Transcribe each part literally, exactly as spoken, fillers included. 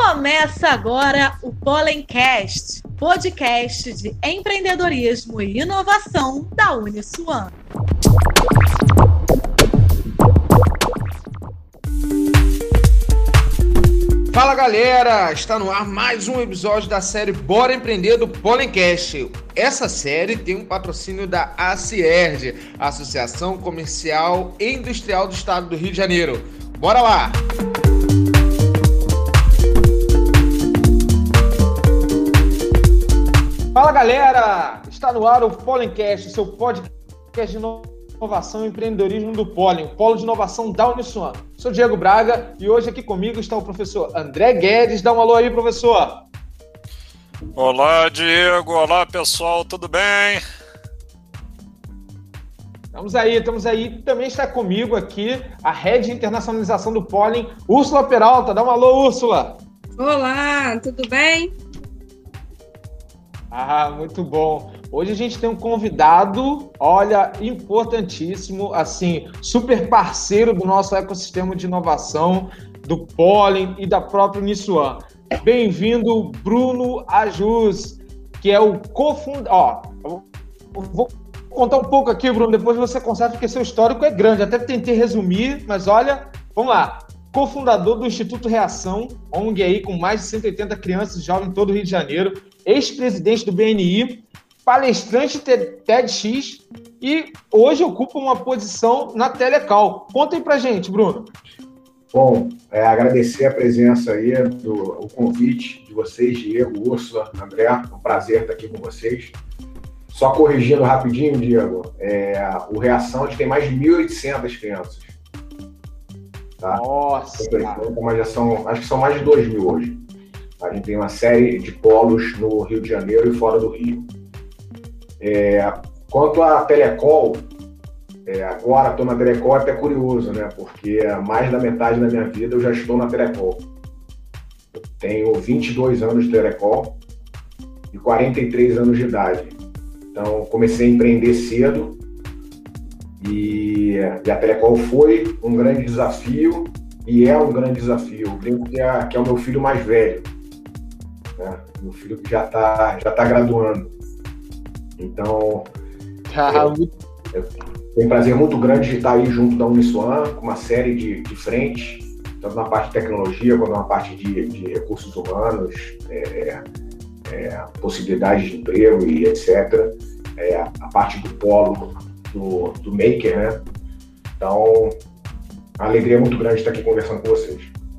Começa agora o Pollencast, podcast de empreendedorismo e inovação da Uniswan. Fala galera, está no ar mais um episódio da série Bora Empreender do Pollencast. Essa série tem um patrocínio da ACIERD, Associação Comercial e Industrial do Estado do Rio de Janeiro. Bora lá! Fala galera, está no ar o Pollencast, seu podcast de inovação e empreendedorismo do Pollen, Polo de Inovação da Uniswan. Sou Diego Braga e hoje aqui comigo está o professor André Guedes. Dá um alô aí, professor. Olá, Diego. Olá, pessoal. Tudo bem? Estamos aí, estamos aí. Também está comigo aqui a Head de Internacionalização do Pollen, Úrsula Peralta. Dá um alô, Úrsula. Olá, tudo bem? Ah, muito bom. Hoje a gente tem um convidado, olha, importantíssimo, assim, super parceiro do nosso ecossistema de inovação, do Pollen e da própria Uniswan. Bem-vindo, Bruno Ajus, que é o cofundador. Ó, eu vou contar um pouco aqui, Bruno, depois você conserta, porque seu histórico é grande. Até tentei resumir, mas olha, vamos lá. Cofundador do Instituto Reação, O N G aí com mais de cento e oitenta crianças e jovens em todo o Rio de Janeiro, ex-presidente do B N I, palestrante TEDx e hoje ocupa uma posição na Telecol. Conta aí pra gente, Bruno. Bom, é, agradecer a presença aí, do, o convite de vocês, Diego, Úrsula, André, é um prazer estar aqui com vocês. Só corrigindo rapidinho, Diego, é, o Reação a gente tem mais de mil e oitocentas crianças. Tá? Nossa! Mas já são, acho que são mais de dois mil hoje. A gente tem uma série de polos no Rio de Janeiro e fora do Rio. É, quanto à Telecol, é, agora estou na Telecol, é até curioso, né? Porque mais da metade da minha vida eu já estou na Telecol. Eu tenho vinte e dois anos de Telecol e quarenta e três anos de idade. Então, comecei a empreender cedo e, e a Telecol foi um grande desafio e é um grande desafio. Eu brinco que é, que é o meu filho mais velho, né? Meu filho que já está já tá graduando. Então, é, é, tem um prazer muito grande de estar aí junto da Uniswan, com uma série de, de frentes, tanto na parte de tecnologia, quanto na parte de, de recursos humanos, é, é, possibilidades de emprego e etcétera. É, a parte do polo, do, do maker, né? Então, a alegria é muito grande estar aqui conversando com vocês.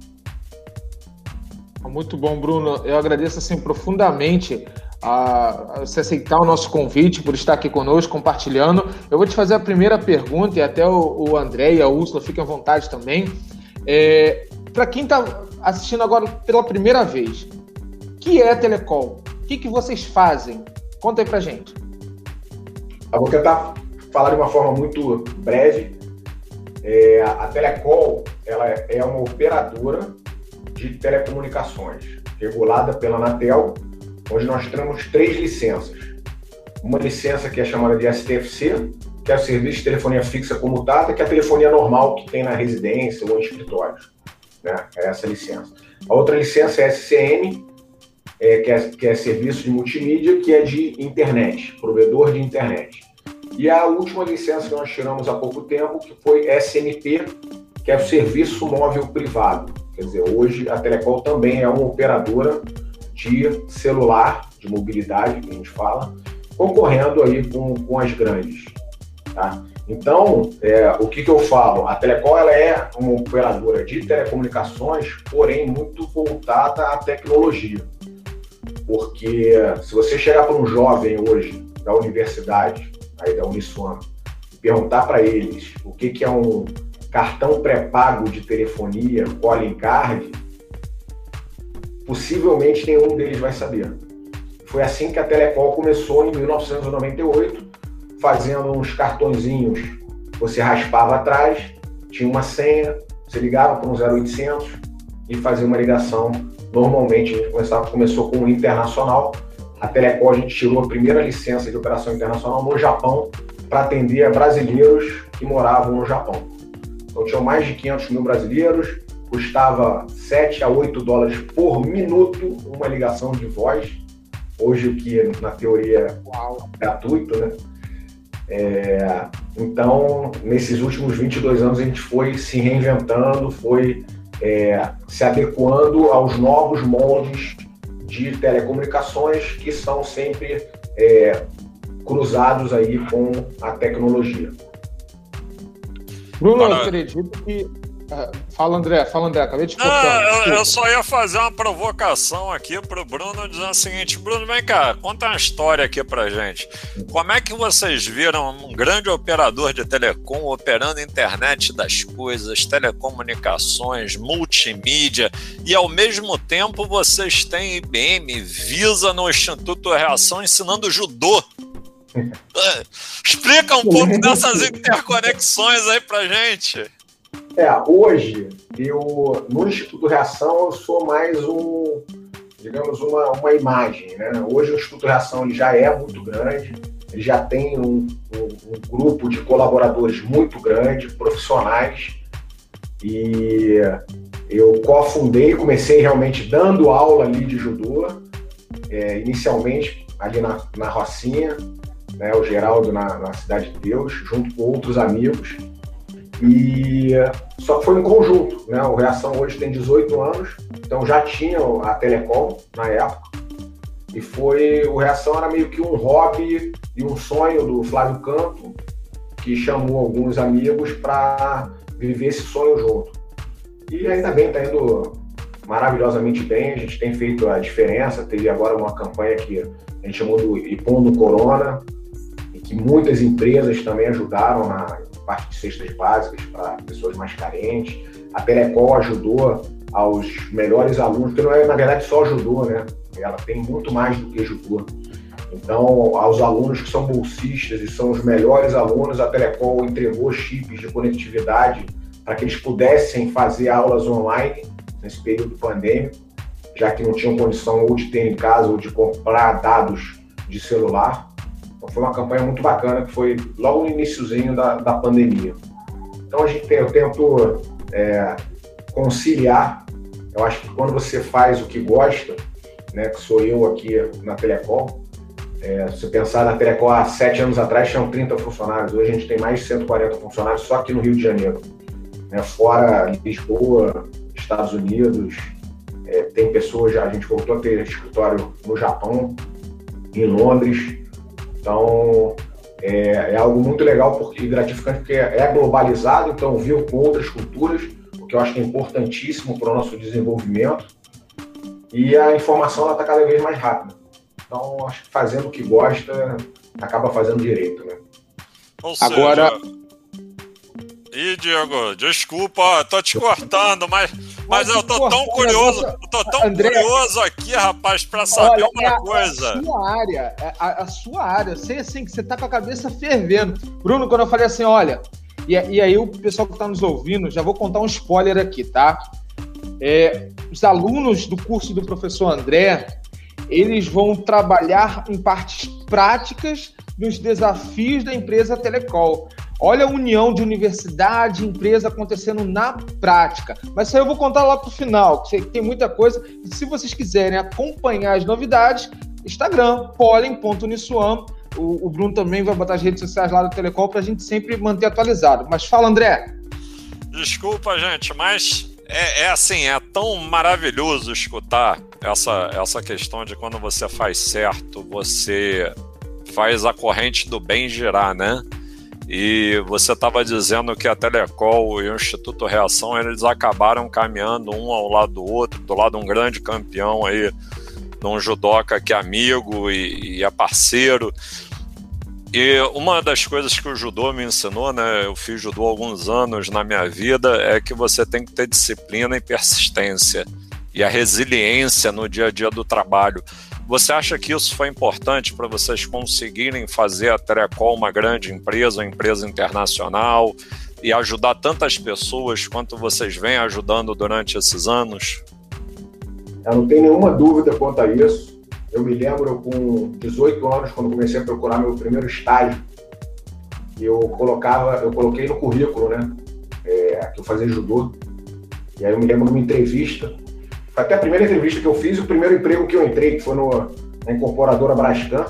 Muito bom, Bruno. Eu agradeço assim, profundamente a você aceitar o nosso convite, por estar aqui conosco, compartilhando. Eu vou te fazer a primeira pergunta, e até o, o André e a Úrsula fiquem à vontade também. É, para quem está assistindo agora pela primeira vez, o que é a Telecol? O que, que vocês fazem? Conta aí pra gente. Eu vou tentar falar de uma forma muito breve. É, a Telecol ela é uma operadora de telecomunicações, regulada pela Anatel, onde nós temos três licenças. Uma licença que é chamada de S T F C, que é o Serviço de Telefonia Fixa Comutada, que é a telefonia normal que tem na residência ou em escritórios, né? É essa licença. A outra licença é S C M, é, que, é, que é Serviço de Multimídia, que é de internet, provedor de internet. E a última licença que nós tiramos há pouco tempo, que foi S M P, que é o Serviço Móvel Privado. Quer dizer, hoje a Telecol também é uma operadora de celular, de mobilidade, que a gente fala, concorrendo aí com, com as grandes. Tá? Então, é, o que, que eu falo? A Telecol ela é uma operadora de telecomunicações, porém muito voltada à tecnologia. Porque se você chegar para um jovem hoje da universidade, aí da Uniswan, e perguntar para eles o que, que é um cartão pré-pago de telefonia, calling card, possivelmente nenhum deles vai saber. Foi assim que a Telecol começou em mil novecentos e noventa e oito, fazendo uns cartõezinhos, você raspava atrás, tinha uma senha, você ligava para um zero oitocentos e fazia uma ligação. Normalmente a gente começava, começou com o internacional. A Telecol, a gente tirou a primeira licença de operação internacional no Japão para atender a brasileiros que moravam no Japão. Então tinham mais de quinhentos mil brasileiros, custava sete a oito dólares por minuto uma ligação de voz. Hoje, o que na teoria é gratuito, né? É, então, nesses últimos vinte e dois anos, a gente foi se reinventando, foi é, se adequando aos novos moldes de telecomunicações que são sempre é, cruzados aí com a tecnologia. Bruno, eu acredito que... Fala, André, fala, André, acabei de cortar. Ah, eu, eu só ia fazer uma provocação aqui pro Bruno, dizendo o seguinte: Bruno, vem cá, conta uma história aqui pra gente. Como é que vocês viram um grande operador de telecom operando internet das coisas, telecomunicações, multimídia, e ao mesmo tempo vocês têm I B M, Visa no Instituto Reação ensinando judô? Explica um pouco dessas interconexões aí pra gente. É, hoje, eu, no Instituto Reação, eu sou mais um, digamos, uma, uma imagem, né? Hoje o Instituto Reação ele já é muito grande, ele já tem um, um, um grupo de colaboradores muito grande, profissionais, e eu cofundei, comecei realmente dando aula ali de judô, é, inicialmente ali na, na Rocinha, né, o Geraldo na, na Cidade de Deus, junto com outros amigos. E só que foi em conjunto, né? O Reação hoje tem dezoito anos, então já tinha a Telecom na época, e foi, o Reação era meio que um hobby e um sonho do Flávio Canto, que chamou alguns amigos para viver esse sonho junto. E ainda bem, está indo maravilhosamente bem, a gente tem feito a diferença, teve agora uma campanha que a gente chamou do Ipom no Corona, e que muitas empresas também ajudaram na parte de cestas básicas para pessoas mais carentes. A Telecom ajudou aos melhores alunos, que não é, na verdade, só judô, né? Ela tem muito mais do que judô. Então, aos alunos que são bolsistas e são os melhores alunos, a Telecom entregou chips de conectividade para que eles pudessem fazer aulas online nesse período pandêmico, já que não tinham condição ou de ter em casa ou de comprar dados de celular. Então, foi uma campanha muito bacana, que foi logo no iniciozinho da, da pandemia. Então, a gente tem, eu tento é, conciliar. Eu acho que quando você faz o que gosta, né, que sou eu aqui na Telecom, é, se você pensar na Telecom há sete anos atrás, tinham trinta funcionários. Hoje a gente tem mais de cento e quarenta funcionários só aqui no Rio de Janeiro. Né, fora Lisboa, Estados Unidos, é, tem pessoas, já, a gente voltou a ter escritório no Japão, em Londres. Então, é, é algo muito legal porque, e gratificante, porque é globalizado, então viu com outras culturas, o que eu acho que é importantíssimo para o nosso desenvolvimento, e a informação está cada vez mais rápida. Então, acho que fazendo o que gosta, acaba fazendo direito, né? Ou seja... Agora... Ih, Diego, desculpa, tô te cortando, mas, mas eu tô tão curioso, eu tô tão André, curioso aqui, rapaz, para saber olha, uma é a, coisa. A sua área, a, a sua área, eu sei assim que você tá com a cabeça fervendo. Bruno, quando eu falei assim, olha, e, e aí o pessoal que tá nos ouvindo, já vou contar um spoiler aqui, tá? É, os alunos do curso do professor André, eles vão trabalhar em partes práticas dos desafios da empresa Telecom. Olha a união de universidade e empresa acontecendo na prática. Mas isso aí eu vou contar lá pro final, que tem muita coisa. E se vocês quiserem acompanhar as novidades, Instagram, polen ponto uniswan. O, o Bruno também vai botar as redes sociais lá do Telecom para a gente sempre manter atualizado. Mas fala, André. Desculpa, gente, mas é, é assim, é tão maravilhoso escutar essa, essa questão de quando você faz certo, você faz a corrente do bem girar, né? E você estava dizendo que a Telecom e o Instituto Reação, eles acabaram caminhando um ao lado do outro, do lado de um grande campeão aí, de um judoca que é amigo e, e é parceiro. E uma das coisas que o judô me ensinou, né, eu fiz judô há alguns anos na minha vida, é que você tem que ter disciplina e persistência e a resiliência no dia a dia do trabalho. Você acha que isso foi importante para vocês conseguirem fazer a Telecom uma grande empresa, uma empresa internacional, e ajudar tantas pessoas quanto vocês vêm ajudando durante esses anos? Eu não tenho nenhuma dúvida quanto a isso. Eu me lembro, com dezoito anos, quando comecei a procurar meu primeiro estágio, eu colocava, eu coloquei no currículo, né, é, que eu fazia judô, E aí eu me lembro de uma entrevista, foi até a primeira entrevista que eu fiz, o primeiro emprego que eu entrei, que foi no, na incorporadora Brascan,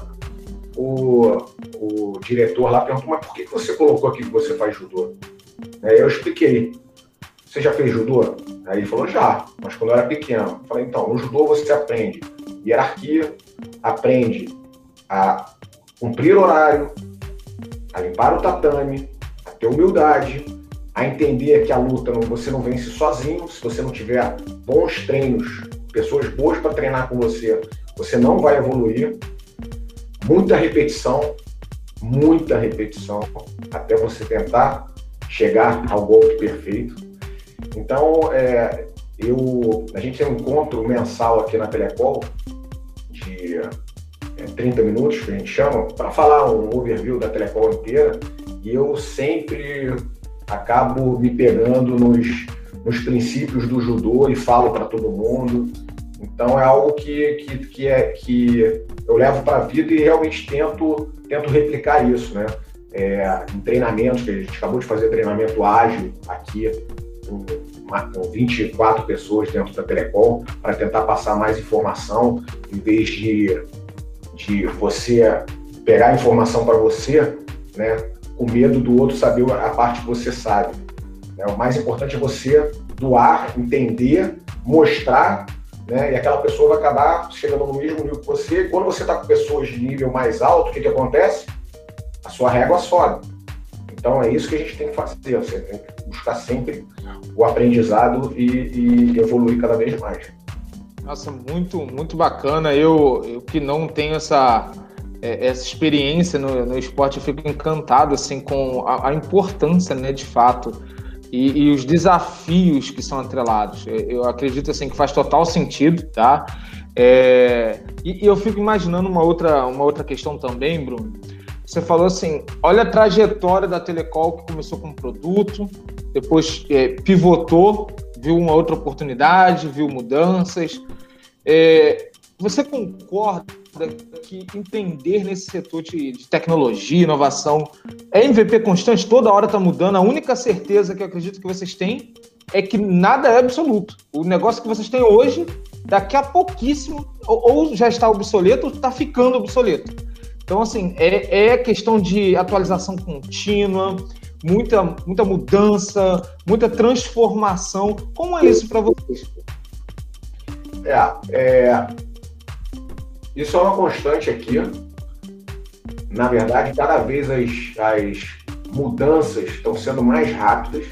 o, o diretor lá perguntou, mas por que você colocou aqui que você faz judô? Aí eu expliquei, você já fez judô? Aí ele falou, já, mas quando eu era pequeno. Eu falei, então, no judô você aprende hierarquia, aprende a cumprir horário, a limpar o tatame, a ter humildade, a entender que a luta não, você não vence sozinho, se você não tiver bons treinos, pessoas boas para treinar com você, você não vai evoluir. Muita repetição, muita repetição, até você tentar chegar ao golpe perfeito. Então, é, eu, a gente tem um encontro mensal aqui na Telecol, de é, trinta minutos, que a gente chama, para falar um overview da Telecol inteira, e eu sempre acabo me pegando nos, nos princípios do judô e falo para todo mundo. Então é algo que, que, que, é, que eu levo para a vida e realmente tento, tento replicar isso, né? É, em treinamentos, que a gente acabou de fazer treinamento ágil aqui, com, com vinte e quatro pessoas dentro da Telecom, para tentar passar mais informação, em vez de, de você pegar a informação para você, né, com medo do outro saber a parte que você sabe. É, o mais importante é você doar, entender, mostrar, né, e aquela pessoa vai acabar chegando no mesmo nível que você. E quando você está com pessoas de nível mais alto, o que, que acontece? A sua régua sobe. Então é isso que a gente tem que fazer. Você tem que buscar sempre o aprendizado e, e evoluir cada vez mais. Nossa, muito, muito bacana. Eu, eu que não tenho essa, essa experiência no, no esporte, eu fico encantado assim, com a, a importância, né, de fato, e, e os desafios que são atrelados. Eu acredito assim, que faz total sentido, tá? É, e, e eu fico imaginando uma outra, uma outra questão também, Bruno. Você falou assim, olha a trajetória da Telecol, que começou com um produto, depois é, pivotou, viu uma outra oportunidade, viu mudanças. É, você concorda que entender nesse setor de, de tecnologia, inovação, é M V P constante, toda hora está mudando? A única certeza que eu acredito que vocês têm é que nada é absoluto. O negócio que vocês têm hoje, daqui a pouquíssimo, ou, ou já está obsoleto, ou está ficando obsoleto. Então, assim, é, é questão de atualização contínua, muita, muita mudança, muita transformação. Como é isso para vocês? É, é, isso é uma constante aqui. Na verdade, cada vez as, as mudanças estão sendo mais rápidas.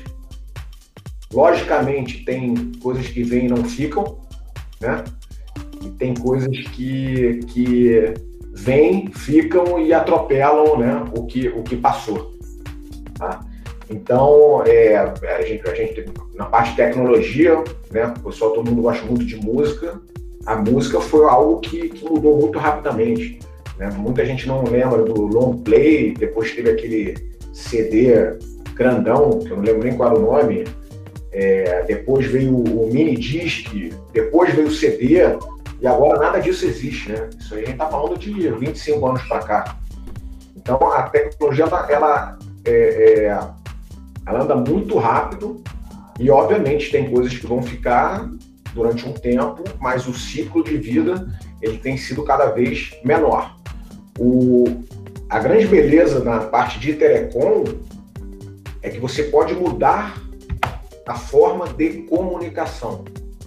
Logicamente, tem coisas que vêm e não ficam, né? E tem coisas que... que vêm, ficam e atropelam, né, o, que, o que passou. Tá? Então, é, a, gente, a gente, na parte de tecnologia, né, o pessoal, todo mundo gosta muito de música, a música foi algo que, que mudou muito rapidamente. Né? Muita gente não lembra do long play, depois teve aquele C D grandão, que eu não lembro nem qual era o nome, é, depois veio o mini disc, depois veio o C D, e agora nada disso existe, né? Isso aí a gente está falando de vinte e cinco anos para cá. Então a tecnologia ela, ela, é, é, ela anda muito rápido e obviamente tem coisas que vão ficar durante um tempo, mas o ciclo de vida ele tem sido cada vez menor. O, a grande beleza na parte de telecom é que você pode mudar a forma de comunicação.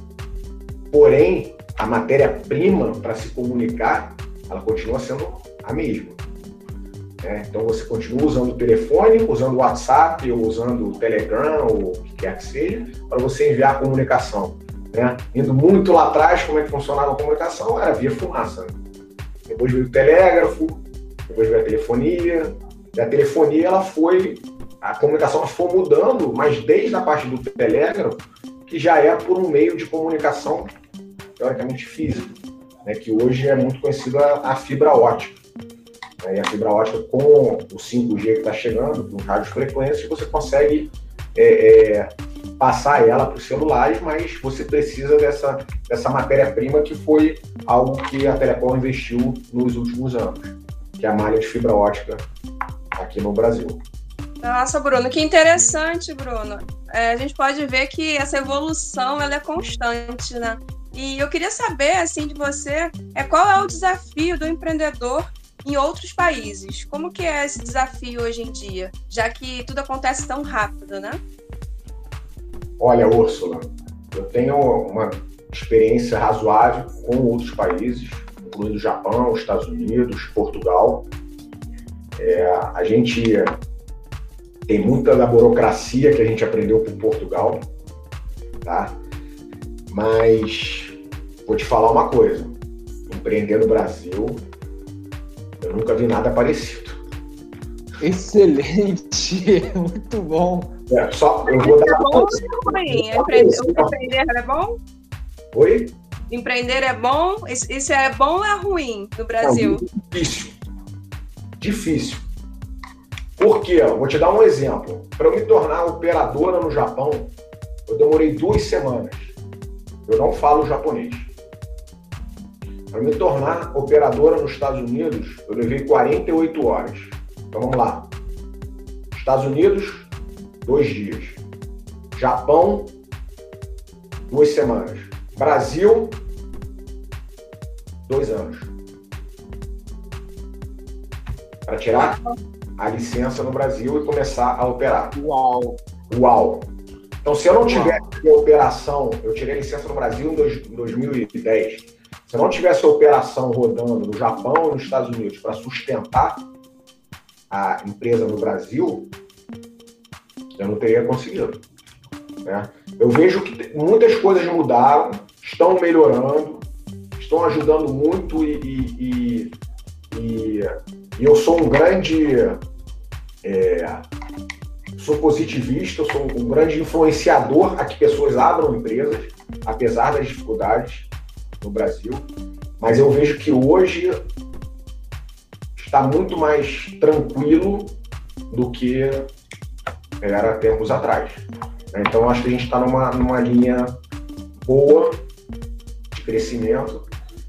Porém, a matéria-prima para se comunicar, ela continua sendo a mesma. É, então você continua usando o telefone, usando o WhatsApp, ou usando o Telegram, ou o que quer que seja, para você enviar a comunicação. Né? Indo muito lá atrás, como é que funcionava a comunicação? Era via fumaça. Né? Depois veio o telégrafo, depois veio a telefonia, e a telefonia ela foi, a comunicação foi mudando, mas desde a parte do telégrafo, que já é por um meio de comunicação teoricamente físico, né, que hoje é muito conhecido a, a fibra ótica. Né, e a fibra ótica com o cinco G que está chegando, com radiofrequência, você consegue é, é, passar ela para os celulares, mas você precisa dessa, dessa matéria-prima que foi algo que a Telecom investiu nos últimos anos, que é a malha de fibra ótica aqui no Brasil. Nossa, Bruno, que interessante, Bruno. É, a gente pode ver que essa evolução ela é constante, né? E eu queria saber, assim, de você, é, qual é o desafio do empreendedor em outros países? Como que é esse desafio hoje em dia, já que tudo acontece tão rápido, né? Olha, Úrsula, eu tenho uma experiência razoável com outros países, incluindo o Japão, os Estados Unidos, Portugal. É, a gente tem muita da burocracia que a gente aprendeu por Portugal, tá? Mas vou te falar uma coisa, empreender no Brasil, eu nunca vi nada parecido. Excelente, muito bom. É, só, eu vou dar é bom ou é ruim? Empreender, empreender é bom? Oi? Empreender é bom? Isso é bom ou é ruim no Brasil? Não, difícil. Difícil. Por quê? Vou te dar um exemplo. Para eu me tornar operadora no Japão, eu demorei duas semanas. Eu não falo japonês. Para me tornar operadora nos Estados Unidos, eu levei quarenta e oito horas. Então vamos lá. Estados Unidos, dois dias. Japão, duas semanas. Brasil, dois anos. Para tirar a licença no Brasil e começar a operar. Uau! Uau! Então, se eu não tivesse a operação, eu tirei a licença no Brasil em dois mil e dez. Se eu não tivesse a operação rodando no Japão e nos Estados Unidos para sustentar a empresa no Brasil, eu não teria conseguido. Né? Eu vejo que muitas coisas mudaram, estão melhorando, estão ajudando muito e, e, e, e eu sou um grande... É, sou positivista, eu sou um grande influenciador a que pessoas abram empresas, apesar das dificuldades no Brasil. Mas eu vejo que hoje está muito mais tranquilo do que era tempos atrás. Então, acho que a gente está numa, numa linha boa de crescimento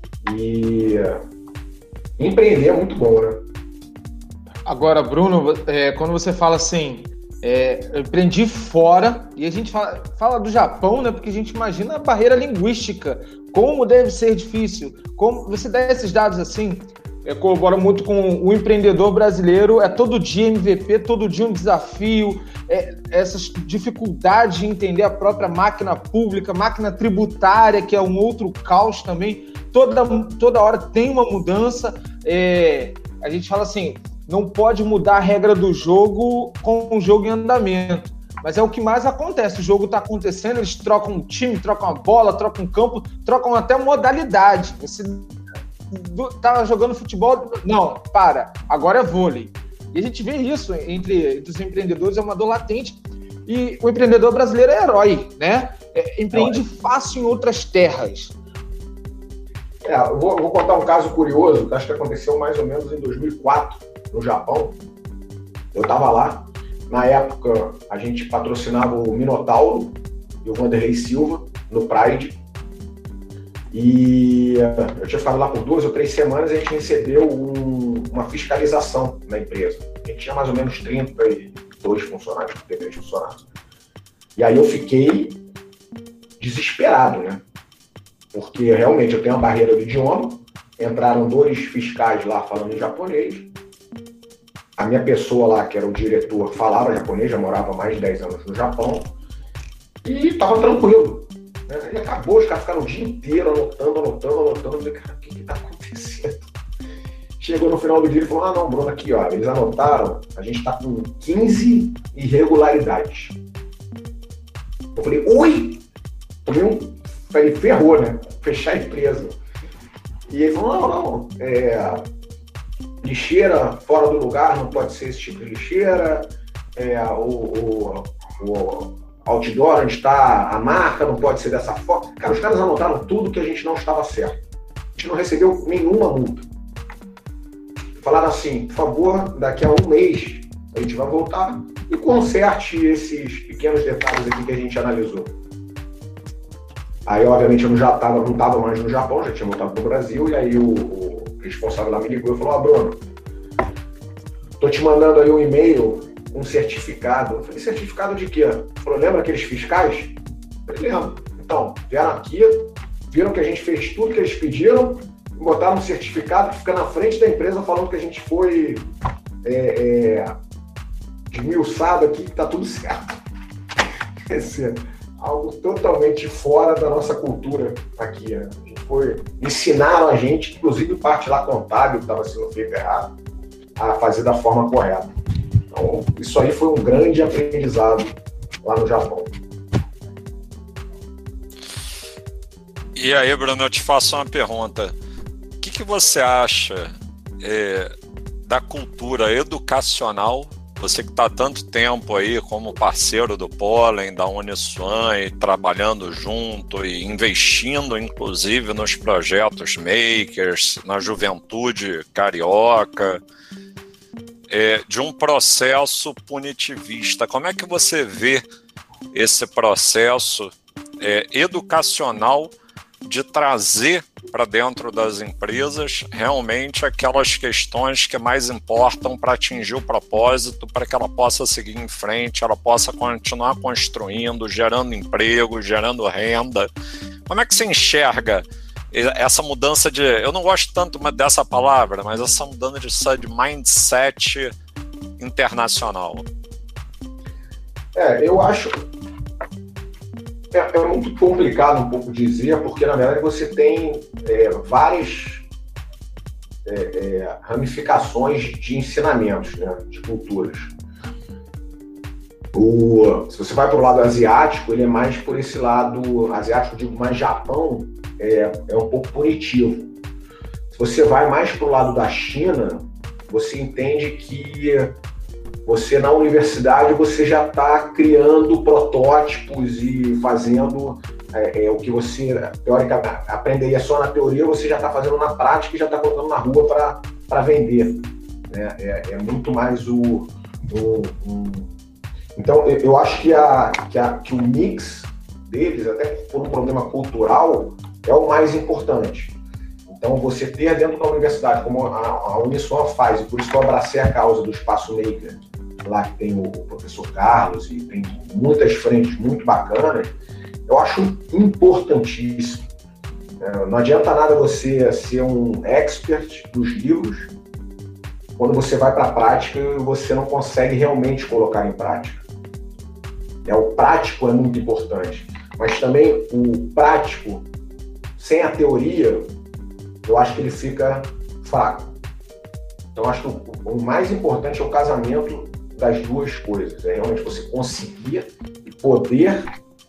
e empreender é muito bom, né? Agora, Bruno, é, quando você fala assim, é, eu empreendi fora, e a gente fala, fala do Japão, né? Porque a gente imagina a barreira linguística, como deve ser difícil, como você dá esses dados assim, é, colabora muito com o empreendedor brasileiro, é todo dia M V P, todo dia um desafio, é, essas dificuldades de entender a própria máquina pública, máquina tributária, que é um outro caos também, toda, toda hora tem uma mudança, é, a gente fala assim, não pode mudar a regra do jogo com o jogo em andamento. Mas é o que mais acontece. O jogo está acontecendo, eles trocam um time, trocam a bola, trocam um campo, trocam até modalidade. Você tá jogando futebol? Não, para. Agora é vôlei. E a gente vê isso entre, entre os empreendedores, é uma dor latente. E o empreendedor brasileiro é herói, né? É, empreende fácil em outras terras. É, eu vou, eu vou contar um caso curioso, que acho que aconteceu mais ou menos em dois mil e quatro, no Japão. Eu estava lá, na época a gente patrocinava o Minotauro e o Vanderlei Silva no Pride, e eu tinha ficado lá por duas ou três semanas e a gente recebeu um, uma fiscalização na empresa. A gente tinha mais ou menos trinta e dois funcionários, trinta e três funcionários. E aí eu fiquei desesperado, né? Porque realmente eu tenho uma barreira do idioma, entraram dois fiscais lá falando em japonês, a minha pessoa lá, que era o diretor, falava japonês, já morava mais de dez anos no Japão, e estava tranquilo. Né? E acabou, os caras ficaram o dia inteiro anotando, anotando, anotando, eu falei, cara, o que está acontecendo? Chegou no final do dia e falou, ah não, Bruno, aqui ó, eles anotaram, a gente está com quinze irregularidades. Eu falei, oi? Tomei um... Falei, ferrou, né? Fechar a empresa. E ele falou, não, não, é, lixeira fora do lugar não pode ser esse tipo de lixeira, é, o, o, o outdoor onde está a marca não pode ser dessa forma. Cara, os caras anotaram tudo que a gente não estava certo. A gente não recebeu nenhuma multa. Falaram assim, por favor, daqui a um mês a gente vai voltar e conserte esses pequenos detalhes aqui que a gente analisou. Aí, obviamente, eu já estava, não estava mais no Japão, já tinha voltado para o Brasil, e aí o, o responsável lá me ligou e falou, ah, Bruno, tô te mandando aí um e-mail um certificado. Eu falei, certificado de quê? Ele falou, lembra aqueles fiscais? Eu falei, lembro. Então, vieram aqui, viram que a gente fez tudo que eles pediram, botaram um certificado que fica na frente da empresa falando que a gente foi é, é, esmiuçado aqui, que está tudo certo. Esse é algo totalmente fora da nossa cultura aqui. Né? A gente foi, ensinaram a gente, inclusive parte lá contábil que estava sendo feito errado, a fazer da forma correta. Então, isso aí foi um grande aprendizado lá no Japão. E aí, Bruno, eu te faço uma pergunta. O que, que você acha é, da cultura educacional? Você que está há tanto tempo aí como parceiro do Pollen, da Uniswan, e trabalhando junto e investindo, inclusive, nos projetos makers, na juventude carioca, é, de um processo punitivista. Como é que você vê esse processo é, educacional de trazer para dentro das empresas realmente aquelas questões que mais importam para atingir o propósito, para que ela possa seguir em frente, ela possa continuar construindo, gerando emprego, gerando renda? Como é que você enxerga essa mudança de... Eu não gosto tanto dessa palavra, mas essa mudança de, de mindset internacional? É, eu acho... É, é muito complicado um pouco dizer, porque na verdade você tem é, várias é, é, ramificações de ensinamentos, né, de culturas. O, se você vai para o lado asiático, ele é mais por esse lado asiático, digo mais Japão, é, é um pouco punitivo. Se você vai mais para o lado da China, você entende que você, na universidade, você já está criando protótipos e fazendo é, é, o que você, teoricamente, aprenderia só na teoria, você já está fazendo na prática e já está colocando na rua para vender. Né? É, é muito mais o... o, o... Então, eu acho que, a, que, a, que o mix deles, até por um problema cultural, é o mais importante. Então, você ter dentro da universidade, como a, a Uniswan faz, e por isso que eu abracei a causa do Espaço Maker, lá que tem o professor Carlos e tem muitas frentes muito bacanas, eu acho importantíssimo. Não adianta nada você ser um expert dos livros quando você vai para a prática e você não consegue realmente colocar em prática. É, o prático é muito importante, mas também o prático, sem a teoria, eu acho que ele fica fraco. Então, eu acho que o, o mais importante é o casamento das duas coisas. É realmente você conseguir e poder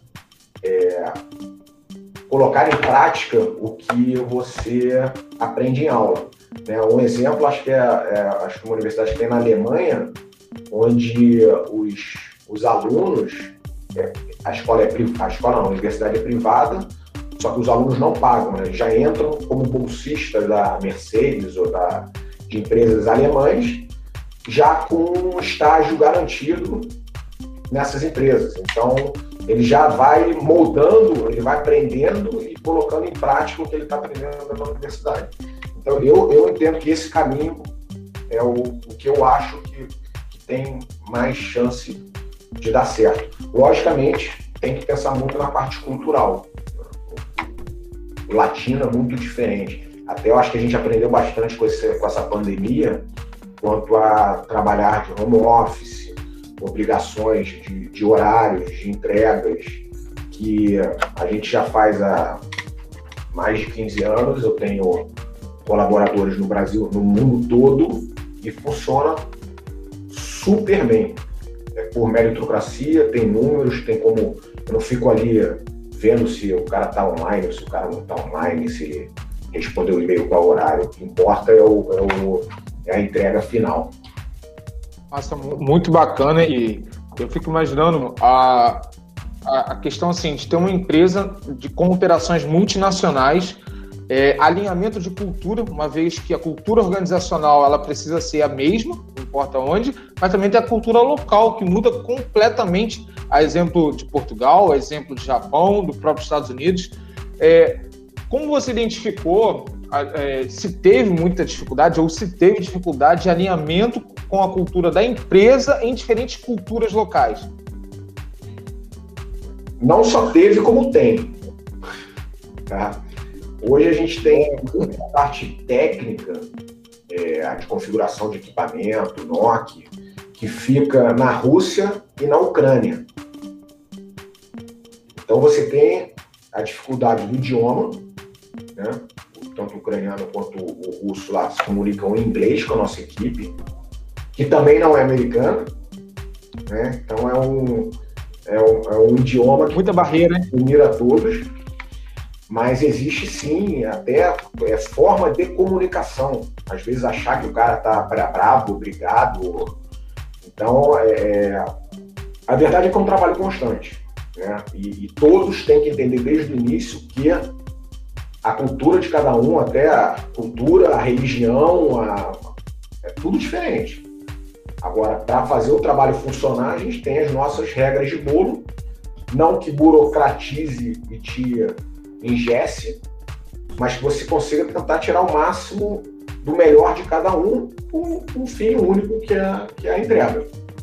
é, colocar em prática o que você aprende em aula. Né? Um exemplo, acho que é, é acho que uma universidade que tem na Alemanha, onde os, os alunos, é, a escola é a escola não, a universidade é privada, só que os alunos não pagam, né? Já entram como bolsistas da Mercedes ou da, de empresas alemãs, já com um estágio garantido nessas empresas. Então, ele já vai moldando, ele vai aprendendo e colocando em prática o que ele está aprendendo na universidade. Então, eu, eu entendo que esse caminho é o, o que eu acho que, que tem mais chance de dar certo. Logicamente, tem que pensar muito na parte cultural. O latino é muito diferente. Até eu acho que a gente aprendeu bastante com, esse, com essa pandemia, quanto a trabalhar de home office, obrigações de, de horários, de entregas, que a gente já faz há mais de quinze anos. Eu tenho colaboradores no Brasil, no mundo todo, e funciona super bem. É por meritocracia, tem números, tem como... Eu não fico ali vendo se o cara está online ou se o cara não está online, se respondeu o e-mail qual horário. O que importa é o... É o é a entrega final. Nossa, muito bacana, e eu fico imaginando a, a, a questão assim, de ter uma empresa de, com operações multinacionais, é, alinhamento de cultura, uma vez que a cultura organizacional ela precisa ser a mesma, não importa onde, mas também tem a cultura local, que muda completamente, a exemplo de Portugal, a exemplo de Japão, do próprio Estados Unidos. É, como você identificou, é, se teve muita dificuldade ou se teve dificuldade de alinhamento com a cultura da empresa em diferentes culturas locais? Não só teve, como tem. Tá? Hoje a gente tem muita parte técnica, é, de configuração de equipamento, N O C, que fica na Rússia e na Ucrânia. Então você tem a dificuldade do idioma, né? Tanto o ucraniano quanto o russo lá se comunicam em inglês com a nossa equipe, que também não é americana, né? Então é um, é um, é um idioma que muita barreira, hein? Unir a todos, mas existe sim até é, forma de comunicação. Às vezes achar que o cara tá bravo, brigado. Então, é, a verdade é que é um trabalho constante, né? E, e todos têm que entender desde o início que a cultura de cada um, até a cultura, a religião, a, é tudo diferente. Agora, para fazer o trabalho funcionar, a gente tem as nossas regras de bolo, não que burocratize e te engesse, mas que você consiga tentar tirar o máximo do melhor de cada um com um fim único que é, que é a entrega.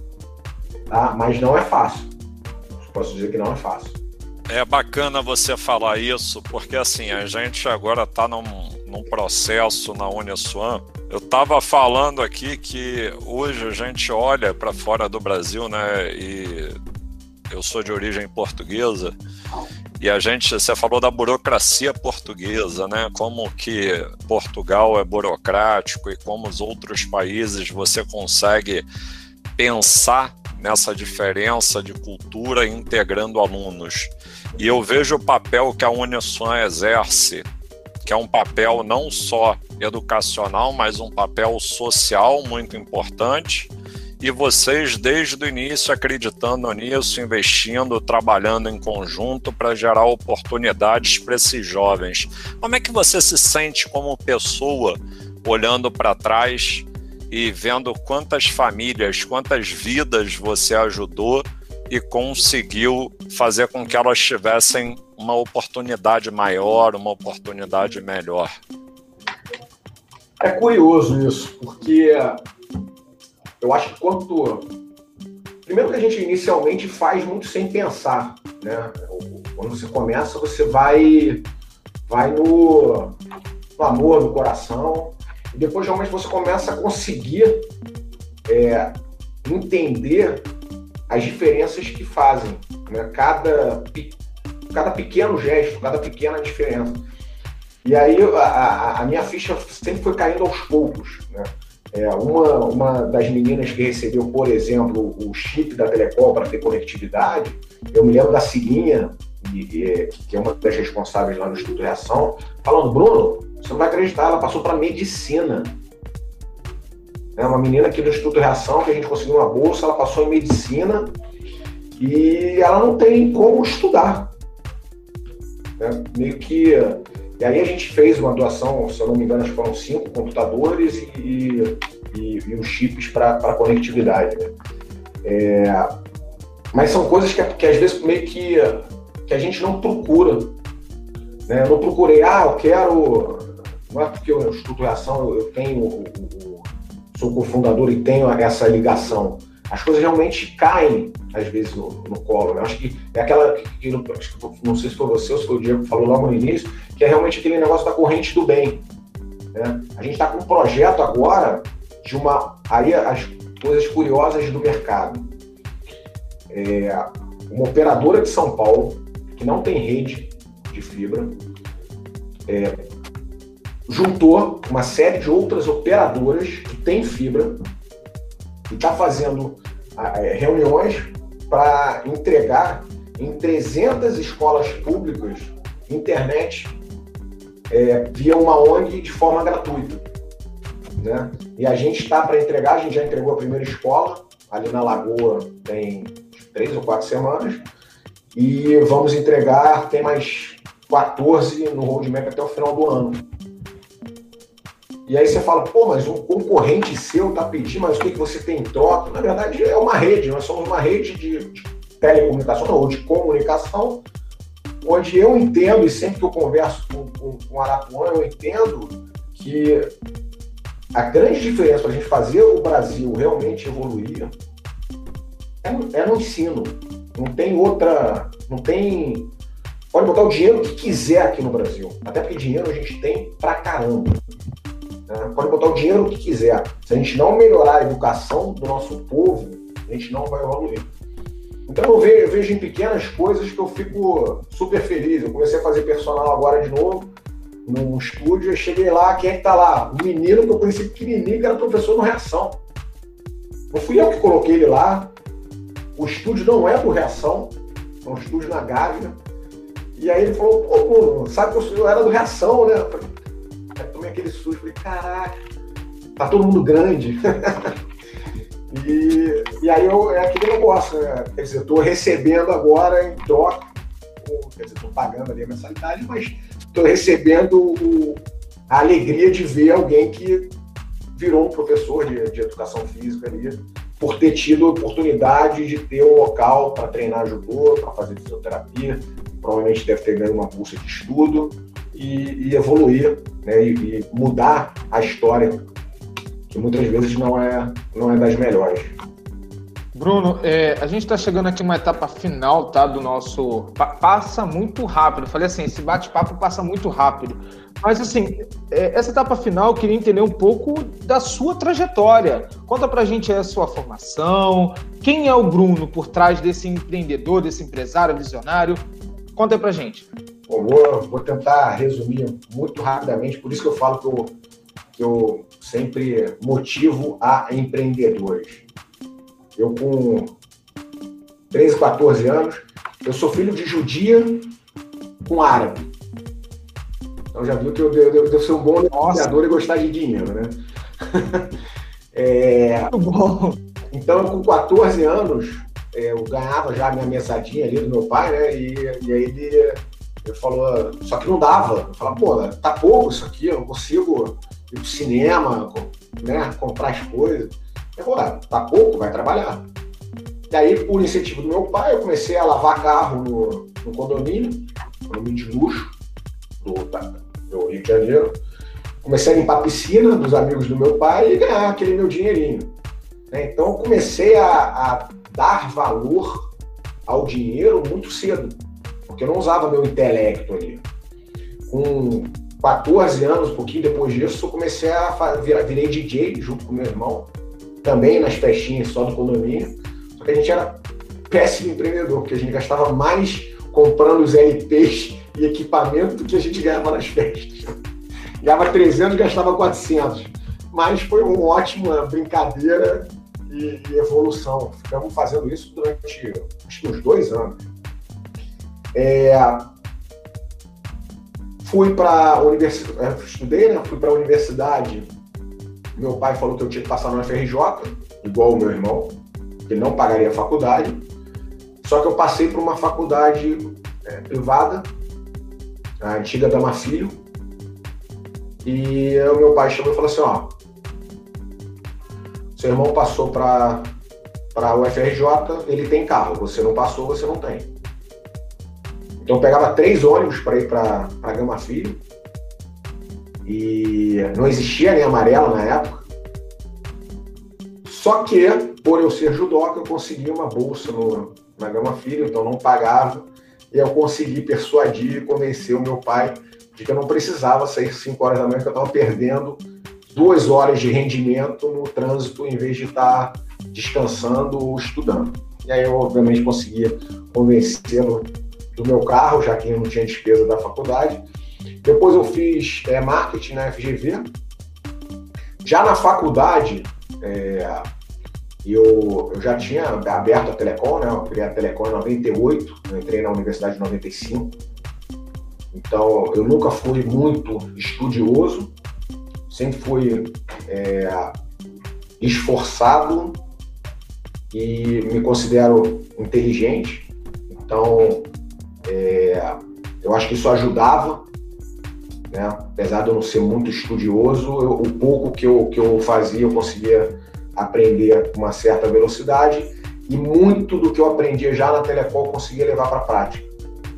Tá? Mas não é fácil. Posso dizer que não é fácil. É bacana você falar isso, porque assim, a gente agora está num, num processo na Uniswan. Eu estava falando aqui que hoje a gente olha para fora do Brasil, né? E eu sou de origem portuguesa, e a gente, você falou da burocracia portuguesa, né? Como que Portugal é burocrático e como os outros países você consegue pensar nessa diferença de cultura integrando alunos. E eu vejo o papel que a Uniswan exerce, que é um papel não só educacional, mas um papel social muito importante, e vocês desde o início acreditando nisso, investindo, trabalhando em conjunto para gerar oportunidades para esses jovens. Como é que você se sente como pessoa olhando para trás e vendo quantas famílias, quantas vidas você ajudou e conseguiu fazer com que elas tivessem uma oportunidade maior, uma oportunidade melhor? É curioso isso, porque eu acho que quanto... Primeiro que a gente inicialmente faz muito sem pensar, né? Quando você começa, você vai, vai no, no amor, no coração, e depois realmente você começa a conseguir é, entender as diferenças que fazem, né? Cada, cada pequeno gesto, cada pequena diferença. E aí a, a minha ficha sempre foi caindo aos poucos, né? É, uma, uma das meninas que recebeu, por exemplo, o chip da Telecom para ter conectividade, eu me lembro da Cilinha, e, e, que é uma das responsáveis lá no Instituto Reação, falando: Bruno, você não vai acreditar, ela passou para medicina. É uma menina aqui do Instituto Reação, que a gente conseguiu uma bolsa, ela passou em medicina e ela não tem como estudar. É, meio que... E aí a gente fez uma doação, se eu não me engano, acho que foram cinco computadores e, e, e os chips para conectividade. Né? É, mas são coisas que, que às vezes meio que, que a gente não procura. Né? Eu não procurei, ah, eu quero... Não é porque o Instituto Reação, eu, eu tenho, o, o, sou cofundador e tenho essa ligação. As coisas realmente caem, às vezes, no, no colo. Né? Acho que é aquela, que, não sei se foi você ou se foi o Diego que falou logo no início, que é realmente aquele negócio da corrente do bem. Né? A gente está com um projeto agora de uma... Aí as coisas curiosas do mercado. É, uma operadora de São Paulo, que não tem rede de fibra, é, juntou uma série de outras operadoras que têm fibra e está fazendo é, reuniões para entregar em trezentas escolas públicas internet é, via uma O N G de forma gratuita. Né? E a gente está para entregar, a gente já entregou a primeira escola, ali na Lagoa tem três ou quatro semanas, e vamos entregar, tem mais quatorze no roadmap até o final do ano. E aí você fala, pô, mas um concorrente seu está pedindo, mas o que, que você tem em troca? Na verdade, é uma rede, nós somos uma rede de, de telecomunicação, não, ou de comunicação, onde eu entendo, e sempre que eu converso com, com, com o Arapuã, eu entendo que a grande diferença para a gente fazer o Brasil realmente evoluir é no, é no ensino. Não tem outra... Não tem... Pode botar o dinheiro que quiser aqui no Brasil. Até porque dinheiro a gente tem pra caramba. Né? Pode botar o dinheiro que quiser. Se a gente não melhorar a educação do nosso povo, a gente não vai evoluir. Então eu vejo, eu vejo em pequenas coisas que eu fico super feliz. Eu comecei a fazer personal agora de novo, num estúdio, e cheguei lá, quem é que tá lá? Um menino que eu conheci pequenininho, que era professor no Reação. Não fui eu que coloquei ele lá. O estúdio não é do Reação, é um estúdio na Gávea. E aí ele falou, pô, Bruno, sabe que eu, eu era do Reação, né? Eu falei, aí tomei aquele susto, falei, caraca, tá todo mundo grande. e, e aí eu, é aquele negócio, né? Quer dizer, eu tô recebendo agora em troca, quer dizer, tô pagando ali a mensalidade, mas tô recebendo o, a alegria de ver alguém que virou um professor de, de educação física ali, por ter tido a oportunidade de ter um local para treinar judô, para fazer fisioterapia, provavelmente deve ter ganho uma bolsa de estudo e, e evoluir, né, e, e mudar a história, que muitas vezes não é, não é das melhores. Bruno, é, a gente está chegando aqui uma etapa final, tá, do nosso... Pa- passa muito rápido. Eu falei assim, esse bate-papo passa muito rápido. Mas, assim, é, essa etapa final, eu queria entender um pouco da sua trajetória. Conta pra gente aí a sua formação, quem é o Bruno por trás desse empreendedor, desse empresário, visionário. Conta aí pra gente. Bom, vou, vou tentar resumir muito rapidamente, por isso que eu falo que eu, que eu sempre motivo a empreendedores. Eu, com treze, quatorze anos, eu sou filho de judia com árabe. Então já viu que eu devo, devo ser um bom negociador e gostar de dinheiro, né? é... Muito bom. Então, com quatorze anos, eu ganhava já a minha mesadinha ali do meu pai, né? E, e aí ele, ele falou, só que não dava. Eu falava, pô, tá pouco isso aqui, eu não consigo ir pro cinema, né? Comprar as coisas. Ele falou, ah, tá pouco, vai trabalhar. E aí, por incentivo do meu pai, eu comecei a lavar carro no, no condomínio, condomínio de luxo do, do Rio de Janeiro. Comecei a limpar a piscina dos amigos do meu pai e ganhar aquele meu dinheirinho. Então, eu comecei a, a dar valor ao dinheiro muito cedo, porque eu não usava meu intelecto ali. Com quatorze anos, um pouquinho depois disso, eu comecei a virar, virei D J junto com meu irmão, também nas festinhas só do condomínio, só que a gente era péssimo empreendedor, porque a gente gastava mais comprando os L Ps e equipamento do que a gente ganhava nas festas. Ganhava trezentos, gastava quatrocentos, mas foi uma ótima brincadeira e, e evolução. Ficamos fazendo isso durante acho que uns dois anos. É, fui para a universidade, estudei, né? Fui para a universidade. Meu pai falou que eu tinha que passar no F R J, igual o meu irmão, que não pagaria a faculdade. Só que eu passei para uma faculdade é, privada, a antiga Dama Filho, e o meu pai chamou e falou assim, ó, seu irmão passou para para o F R J, ele tem carro, você não passou, você não tem. Então eu pegava três ônibus para ir para a Gama Filho, e não existia nem amarela na época. Só que, por eu ser judoca, eu consegui uma bolsa no, na Gama Filho, então não pagava, e eu consegui persuadir e convencer o meu pai de que eu não precisava sair cinco horas da manhã, que eu estava perdendo duas horas de rendimento no trânsito, em vez de estar descansando ou estudando. E aí eu, obviamente, conseguia convencê-lo do meu carro, já que eu não tinha despesa da faculdade. Depois eu fiz é, marketing na F G V. Já na faculdade, é, eu, eu já tinha aberto a Telecom, né? Eu criei a Telecom em noventa e oito, eu entrei na universidade em noventa e cinco. Então, eu nunca fui muito estudioso, sempre fui é, esforçado e me considero inteligente. Então, é, eu acho que isso ajudava, né? Apesar de eu não ser muito estudioso, eu, o pouco que eu, que eu fazia eu conseguia aprender com uma certa velocidade, e muito do que eu aprendia já na Telecom eu conseguia levar para a prática.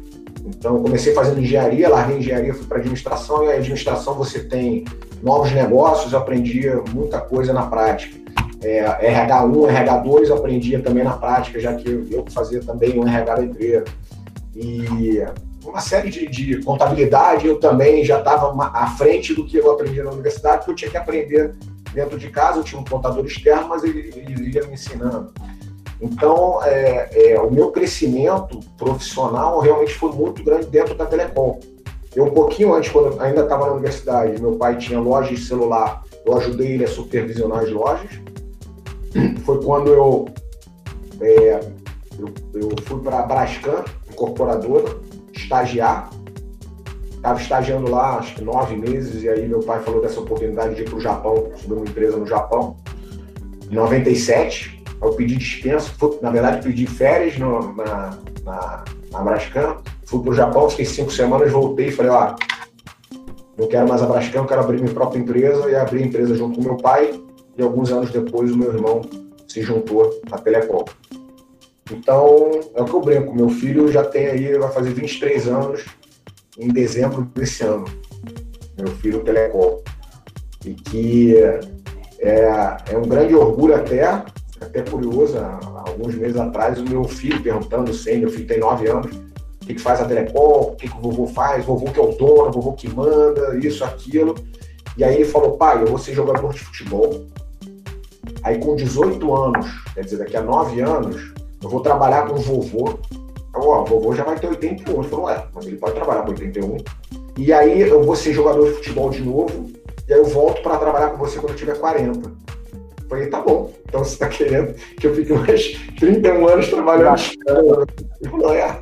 Então, eu comecei fazendo engenharia, larguei engenharia, fui para administração, e a administração você tem novos negócios, eu aprendia muita coisa na prática. É, R H um, R H dois, eu aprendia também na prática, já que eu, eu fazia também um R H da empresa. E uma série de, de contabilidade, eu também já estava à frente do que eu aprendi na universidade, porque eu tinha que aprender dentro de casa. Eu tinha um contador externo, mas ele, ele ia me ensinando. Então, é, é, o meu crescimento profissional realmente foi muito grande dentro da Telecom. Eu, um pouquinho antes, quando eu ainda estava na universidade, meu pai tinha loja de celular, eu ajudei ele a supervisionar as lojas. Foi quando eu, é, eu, eu fui para a Brascan, incorporadora, estagiar. Estava estagiando lá, acho que nove meses, e aí meu pai falou dessa oportunidade de ir para o Japão, subir uma empresa no Japão. Em noventa e sete, eu pedi dispensa, fui, na verdade pedi férias no, na, na, na Brascan, fui para o Japão, fiquei cinco semanas, voltei e falei, ó, não quero mais a Brascan, quero abrir minha própria empresa, e abri a empresa junto com meu pai, e alguns anos depois o meu irmão se juntou à Telecom. Então, é o que eu brinco, meu filho já tem aí, vai fazer vinte e três anos em dezembro desse ano, meu filho Telecom. E que é, é um grande orgulho até, até curioso, há alguns meses atrás, o meu filho perguntando sempre, meu filho tem nove anos, o que, que faz a Telecom, o que, que o vovô faz, o vovô que é o dono, o vovô que manda, isso, aquilo. E aí ele falou, pai, eu vou ser jogador de futebol. Aí com dezoito anos, quer dizer, daqui a nove anos, eu vou trabalhar com o vovô. Ó, o vovô já vai ter oitenta e um. Ele falou, ué, mas ele pode trabalhar com oitenta e um. E aí eu vou ser jogador de futebol de novo, e aí eu volto para trabalhar com você quando eu tiver quarenta. Eu falei, tá bom, então você tá querendo que eu fique mais trinta e um anos trabalhando. Ele falou, é.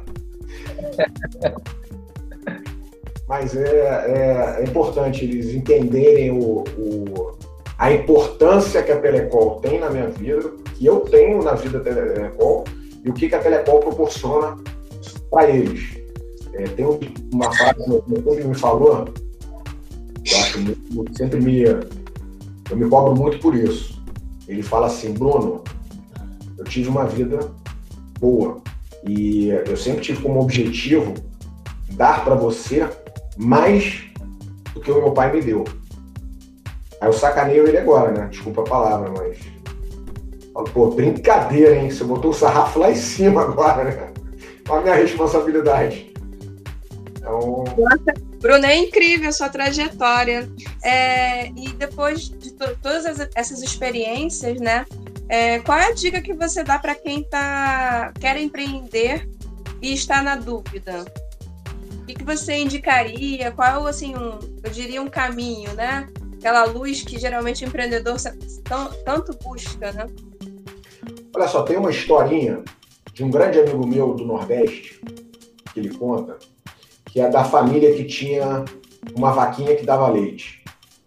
Mas é, é, é importante eles entenderem o, o, a importância que a Telecom tem na minha vida, que eu tenho na vida da Telecom, e o que, que a Telecom proporciona para eles. É, tem uma frase que meu filho me falou, eu acho muito, sempre me, eu me cobro muito por isso. Ele fala assim, Bruno, eu tive uma vida boa, e eu sempre tive como objetivo dar para você mais do que o meu pai me deu. Aí eu sacaneio ele agora, né? Desculpa a palavra, mas... Falo, pô, brincadeira, hein? Você botou o sarrafo lá em cima agora, né? Olha a minha responsabilidade. Então... Nossa, Bruno, é incrível a sua trajetória. É, e depois de to- todas as, essas experiências, né? É, qual é a dica que você dá para quem tá, quer empreender e está na dúvida? O que, que você indicaria? Qual, assim, um, eu diria um caminho, né? Aquela luz que geralmente o empreendedor tanto busca, né? Olha só, tem uma historinha de um grande amigo meu do Nordeste, que ele conta, que é da família que tinha uma vaquinha que dava leite.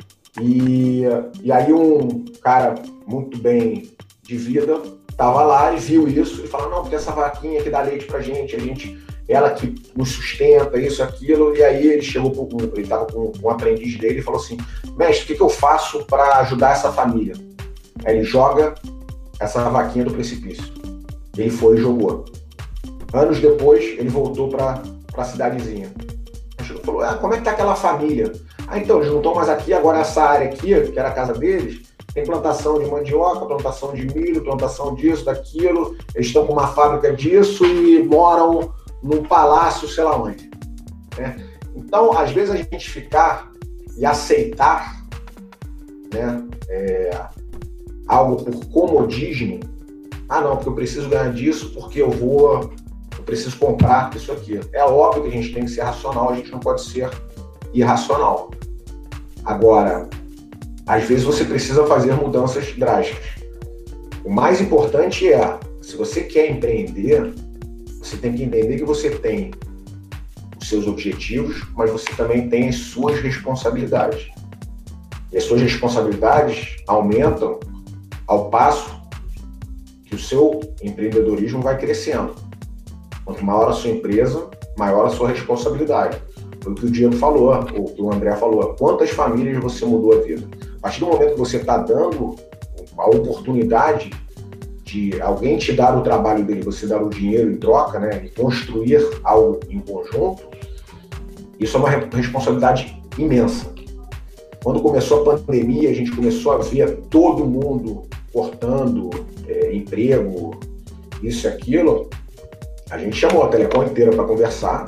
E, e aí um cara muito bem de vida estava lá e viu isso e falou, não, porque essa vaquinha que dá leite pra gente, a gente... ela que nos sustenta, isso, aquilo, e aí ele chegou, com, ele estava com, com um aprendiz dele e falou assim, mestre, o que, que eu faço para ajudar essa família? Aí ele joga essa vaquinha do precipício. Ele foi e jogou. Anos depois, ele voltou para a cidadezinha. Ele falou, ah, como é que tá aquela família? Ah, então, eles não estão mais aqui, agora essa área aqui, que era a casa deles, tem plantação de mandioca, plantação de milho, plantação disso, daquilo, eles estão com uma fábrica disso e moram num palácio, sei lá onde. Né? Então, às vezes, a gente ficar e aceitar, né, é, algo por comodismo, ah, não, porque eu preciso ganhar disso, porque eu vou, eu preciso comprar isso aqui. É óbvio que a gente tem que ser racional, a gente não pode ser irracional. Agora, às vezes você precisa fazer mudanças drásticas. O mais importante é, se você quer empreender, você tem que entender que você tem os seus objetivos, mas você também tem as suas responsabilidades. E as suas responsabilidades aumentam ao passo que o seu empreendedorismo vai crescendo. Quanto maior a sua empresa, maior a sua responsabilidade. Foi o que o Diego falou, o que o André falou. Quantas famílias você mudou a vida? A partir do momento que você está dando a oportunidade de alguém te dar o trabalho dele, você dar o dinheiro em troca, né, e construir algo em conjunto, isso é uma responsabilidade imensa. Quando começou a pandemia, a gente começou a ver todo mundo cortando é, emprego, isso e aquilo, a gente chamou a Telecom inteira para conversar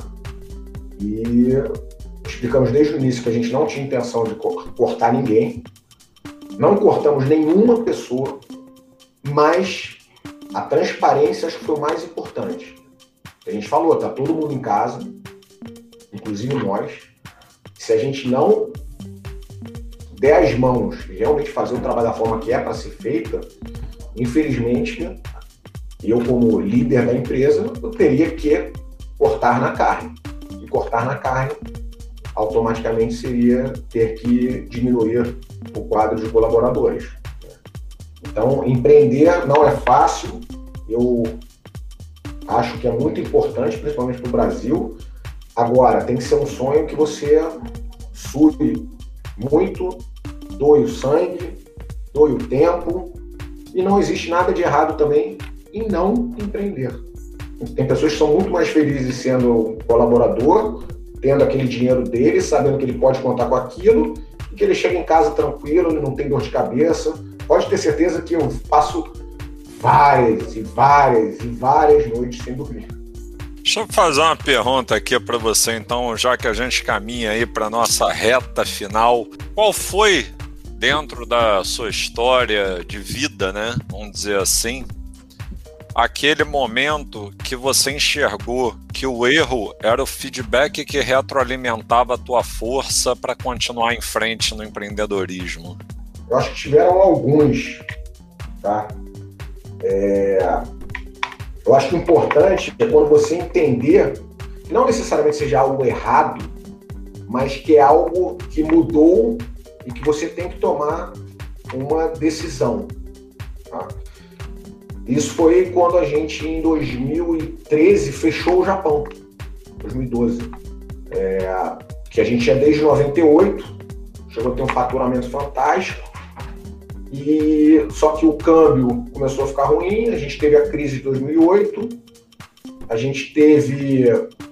e explicamos desde o início que a gente não tinha intenção de cortar ninguém, não cortamos nenhuma pessoa, mas a transparência acho que foi o mais importante. A gente falou, tá todo mundo em casa, inclusive nós, se a gente não der as mãos e realmente fazer o trabalho da forma que é para ser feita, infelizmente, eu como líder da empresa, eu teria que cortar na carne. E cortar na carne, automaticamente seria ter que diminuir o quadro de colaboradores. Então, empreender não é fácil, eu acho que é muito importante, principalmente para o Brasil. Agora, tem que ser um sonho que você sue muito, doe o sangue, doe o tempo, e não existe nada de errado também em não empreender. Tem pessoas que são muito mais felizes sendo colaborador, tendo aquele dinheiro dele, sabendo que ele pode contar com aquilo, e que ele chega em casa tranquilo, ele não tem dor de cabeça. Pode ter certeza que eu passo várias e várias e várias noites sem dormir. Deixa eu fazer uma pergunta aqui para você, então, já que a gente caminha aí para nossa reta final. Qual foi, dentro da sua história de vida, né, vamos dizer assim, aquele momento que você enxergou que o erro era o feedback que retroalimentava a tua força para continuar em frente no empreendedorismo? Eu acho que tiveram alguns, tá? É... Eu acho que o importante é quando você entender que não necessariamente seja algo errado, mas que é algo que mudou e que você tem que tomar uma decisão, tá? Isso foi quando a gente, em dois mil e treze, fechou o Japão, dois mil e doze, é, que a gente tinha desde noventa e oito, chegou a ter um faturamento fantástico, e só que o câmbio começou a ficar ruim, a gente teve a crise de dois mil e oito, a gente teve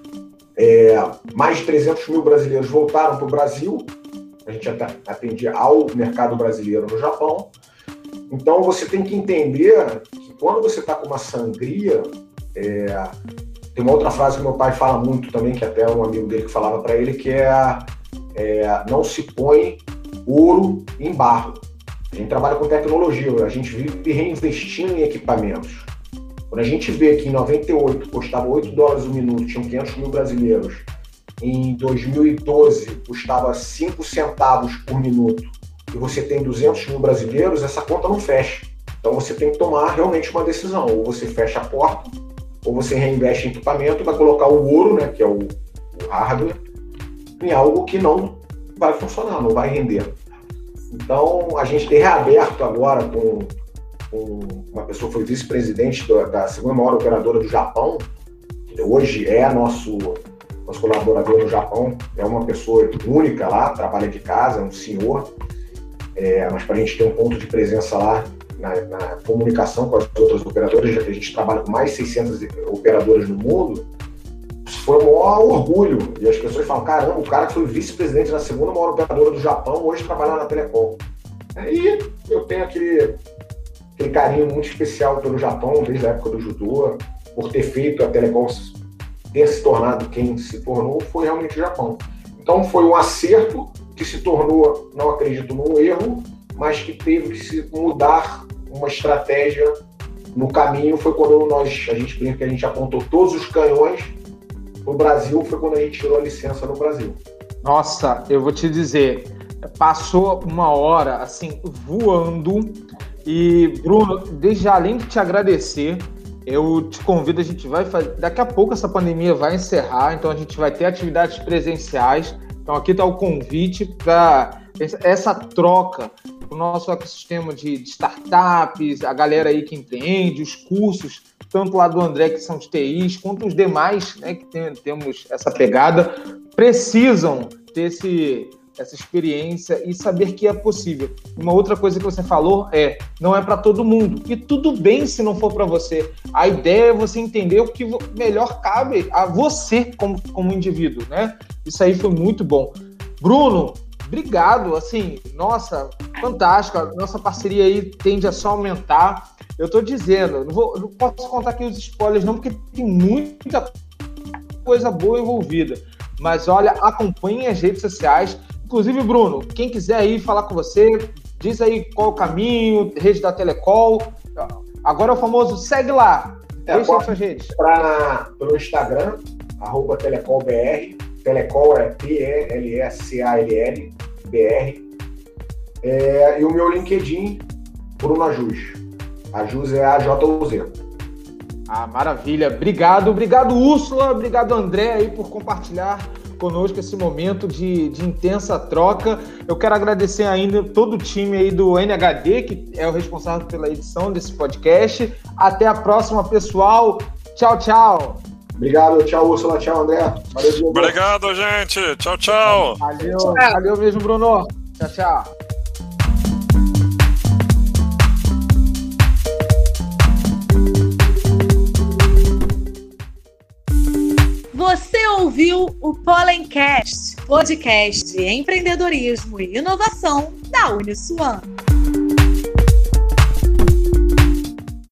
é, mais de trezentos mil brasileiros voltaram para o Brasil, a gente atendia ao mercado brasileiro no Japão. Então você tem que entender que quando você está com uma sangria, é, tem uma outra frase que meu pai fala muito também, que até um amigo dele que falava para ele, que é, é não se põe ouro em barro. A gente trabalha com tecnologia, a gente vive reinvestindo em equipamentos. Quando a gente vê que em noventa e oito custava oito dólares o minuto, tinham quinhentos mil brasileiros, em dois mil e doze custava cinco centavos por minuto, e você tem duzentos mil brasileiros, essa conta não fecha. Então você tem que tomar realmente uma decisão, ou você fecha a porta, ou você reinveste em equipamento e vai colocar o ouro, né, que é o, o hardware, em algo que não vai funcionar, não vai render. Então, a gente tem reaberto agora com, com uma pessoa que foi vice-presidente da, da segunda maior operadora do Japão, que hoje é nosso, nosso colaborador no Japão, é uma pessoa única lá, trabalha de casa, é um senhor, é, mas para a gente ter um ponto de presença lá na, na comunicação com as outras operadoras, já que a gente trabalha com mais de seiscentas operadoras no mundo, foi um maior orgulho. E as pessoas falam, caramba, o cara que foi vice-presidente da segunda maior operadora do Japão, hoje trabalha na Telecom. Aí eu tenho aquele, aquele carinho muito especial pelo Japão, desde a época do judô, por ter feito a Telecom ter se tornado quem se tornou, foi realmente o Japão. Então foi um acerto que se tornou, não acredito, num erro, mas que teve que se mudar uma estratégia no caminho. Foi quando nós, a gente brinca que a gente apontou todos os canhões no Brasil, foi quando a gente tirou a licença no Brasil. Nossa, eu vou te dizer, passou uma hora, assim, voando. E, Bruno, desde além de te agradecer, eu te convido, a gente vai fazer... Daqui a pouco essa pandemia vai encerrar, então a gente vai ter atividades presenciais. Então aqui está o convite para essa troca, o nosso ecossistema de startups, a galera aí que empreende, os cursos, tanto lá do André, que são de T Is, quanto os demais, né, que tem, temos essa pegada, precisam ter esse, essa experiência e saber que é possível. Uma outra coisa que você falou é, não é para todo mundo. E tudo bem se não for para você. A ideia é você entender o que melhor cabe a você como, como indivíduo, né? Isso aí foi muito bom. Bruno, obrigado. Assim, nossa, fantástico. A nossa parceria aí tende a só aumentar. Eu estou dizendo, não, vou, não posso contar aqui os spoilers não, porque tem muita coisa boa envolvida. Mas olha, acompanhem as redes sociais. Inclusive, Bruno, quem quiser aí falar com você, diz aí qual é o caminho, rede da Telecol. Agora é o famoso segue lá. É, Deixa as suas redes. Pra, pelo Instagram, arroba TelecolBR. Telecol é T E L E C A L L B R. É, e o meu LinkedIn, Bruno Ajus. Ajus é A J U Z. Ah, maravilha. Obrigado. Obrigado, Úrsula. Obrigado, André, aí, por compartilhar conosco esse momento de, de intensa troca. Eu quero agradecer ainda todo o time aí do N H D, que é o responsável pela edição desse podcast. Até a próxima, pessoal. Tchau, tchau. Obrigado. Tchau, Úrsula. Tchau, André. Valeu, Diego. Obrigado, gente. Tchau, tchau. Valeu. Tchau. Valeu mesmo, Bruno. Tchau, tchau. Você ouviu o Pollencast, podcast de empreendedorismo e inovação da Uniswan.